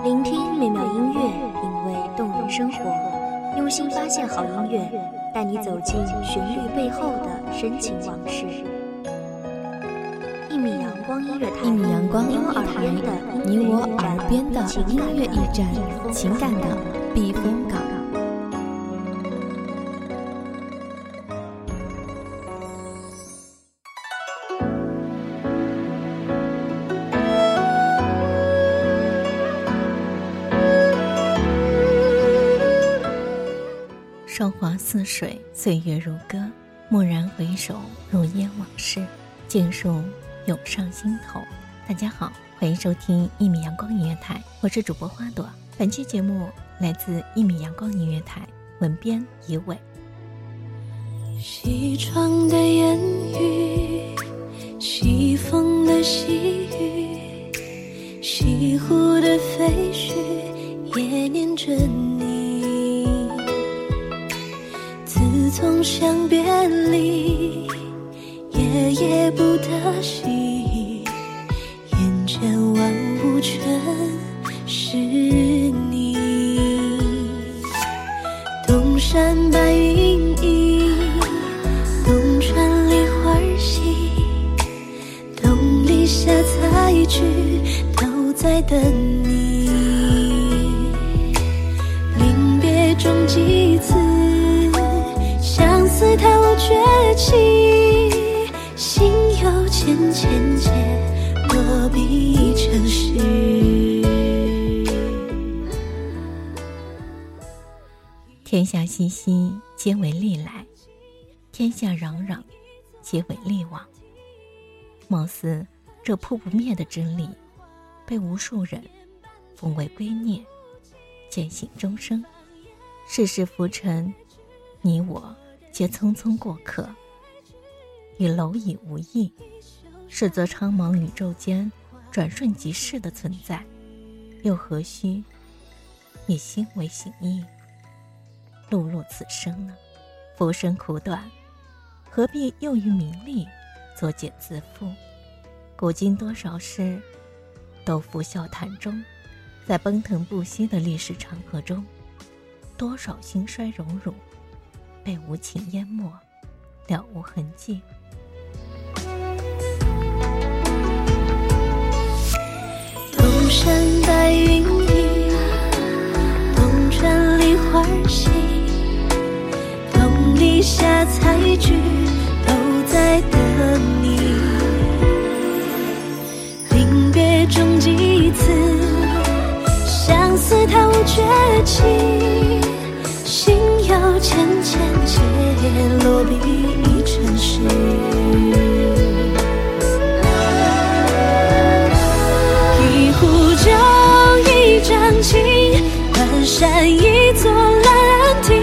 聆听美妙音乐，品味动人生活，用心发现好音乐，带你走进旋律背后的深情往事。一米阳光音乐台， 你我耳边的音乐驿站，情感的避风港。韶华似水，岁月如歌，蓦然回首，如烟往事，尽数涌上心头。大家好，欢迎收听一米阳光音乐台，我是主播花朵。本期节目来自一米阳光音乐台，文编一伟。 西窗的烟雨，西风的细雨，西湖的废墟也念着你。自从相别离，夜夜不得息，眼前万物全是你。东山白云映，东川梨花稀，东篱下采菊都在等你。临别中几次，相思太无绝期，心有千千结，落笔成诗。 天下熙熙，皆为利来；天下攘攘，皆为利往。貌似这扑不灭的真理，被无数人奉为圭臬，践行终生。世事浮沉，你我皆匆匆过客，与蝼蚁无异，是则苍茫宇宙间转瞬即逝的存在，又何须以心为形役，碌碌此生呢？浮生苦短，何必又于名利作茧自缚？古今多少事，都付笑谈中。在奔腾不息的历史长河中，多少兴衰荣辱被无情淹没，了无痕迹。 东山白云映，东川梨花稀，东篱下采菊都在等你。临别中几次，相思太无绝期，心有千千结，落笔成诗。一壶酒，一张情，半山一座兰亭，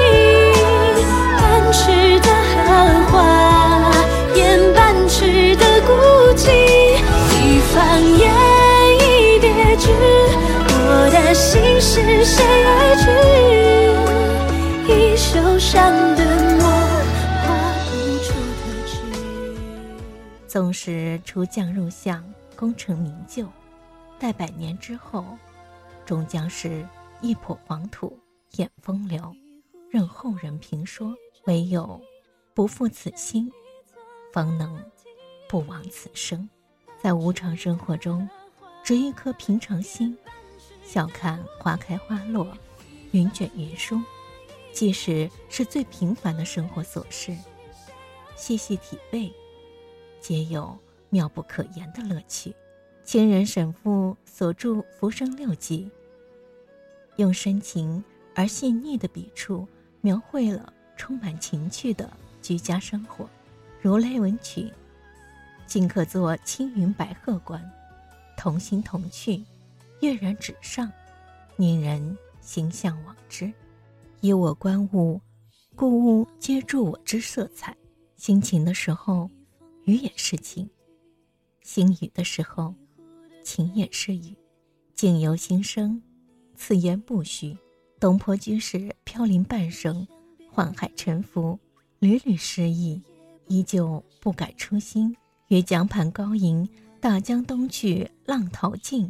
半尺的荷花，掩半尺的孤寂。一放眼，一别枝，我的心是谁而知？一袖上的墨，画不出的句。 纵使出将入相，功成名就，待百年之后，终将是一抔黄土掩风流，任后人评说。唯有不负此心，方能不枉此生。在无常生活中，执一颗平常心，笑看花开花落，云卷云舒。即使是最平凡的生活琐事，细细体味，皆有妙不可言的乐趣。清人沈复所著《浮生六记》，用深情而细腻的笔触，描绘了充满情趣的居家生活。如雷文曲，尽可作青云白鹤观，同心同趣，跃然纸上，令人心向往之。以我观物，故物皆著我之色彩。心情的时候，雨也是情；心雨的时候，情也是雨。境由心生，此言不虚。东坡居士飘零半生，宦海沉浮，屡屡失意，依旧不改初心。越江畔高吟，大江东去浪淘尽，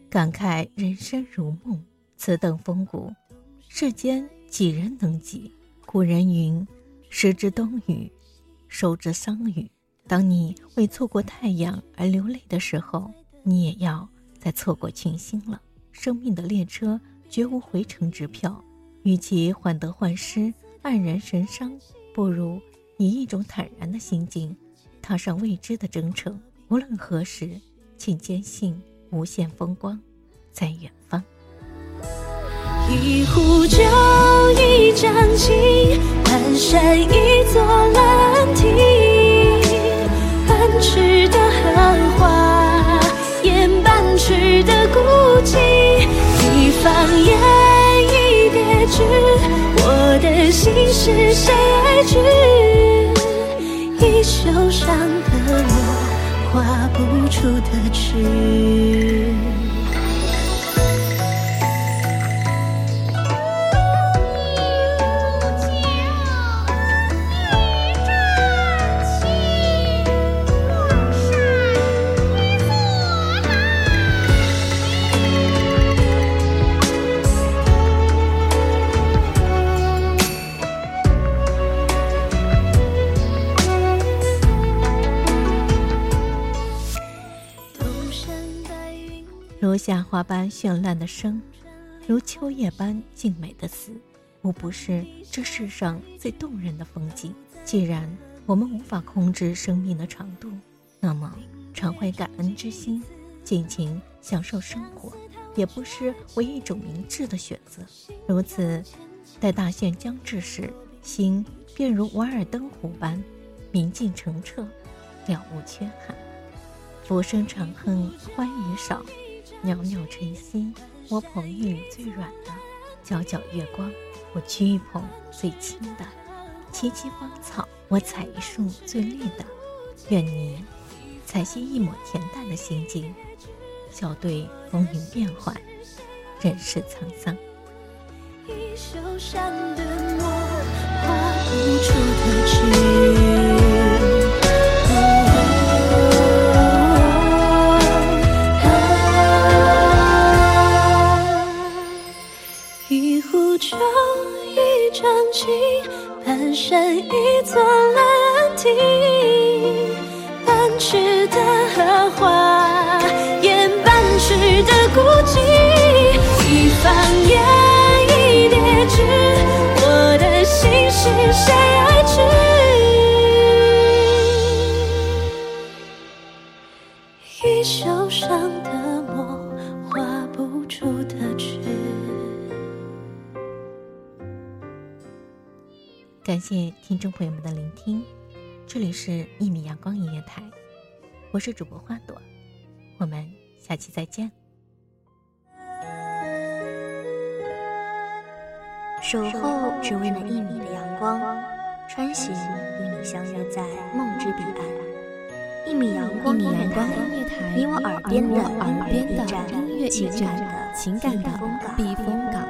感慨人生如梦，此等风骨，世间几人能及？古人云：时之冬雨，收之桑榆。当你为错过太阳而流泪的时候，你也要再错过群星了。生命的列车绝无回程之票，与其患得患失、黯然神伤，不如以一种坦然的心境踏上未知的征程。无论何时，请坚信无限风光在远方。 一壶酒，一张情，半山一座兰亭，半尺的荷花，掩半尺的孤寂。一放眼，一别枝，我的心事谁爱知？一袖上的墨，画不出的痴。 如夏花般绚烂的生，如秋叶般静美的死，无不是这世上最动人的风景。既然我们无法控制生命的长度，那么常怀感恩之心，尽情享受生活，也不失为一种明智的选择。如此，待大限将至时，心便如瓦尔登湖般明净澄澈，了无缺憾。浮生长恨欢愉少，袅袅晨曦，我捧玉里最软的；皎皎月光，我取一捧最轻的；萋萋芳草，我采一束最绿的。愿你采撷一抹恬淡的心境，笑对风云变幻，人世沧桑。 一袖上的墨，画不出的痴。一壶酒，一张情，半山一座兰亭，半尺的荷花，掩半尺的孤寂。一放眼，一别枝，我的心事谁爱知？一袖上的墨，画不出的痴。 感谢听众朋友们的聆听，这里是1米阳光音乐台，我是主播花朵，我们下期再见。 守候只为那1米的阳光，穿行与你相约在梦之彼岸。1米阳光音乐台，你我耳边的音乐驿站，情感的避风港。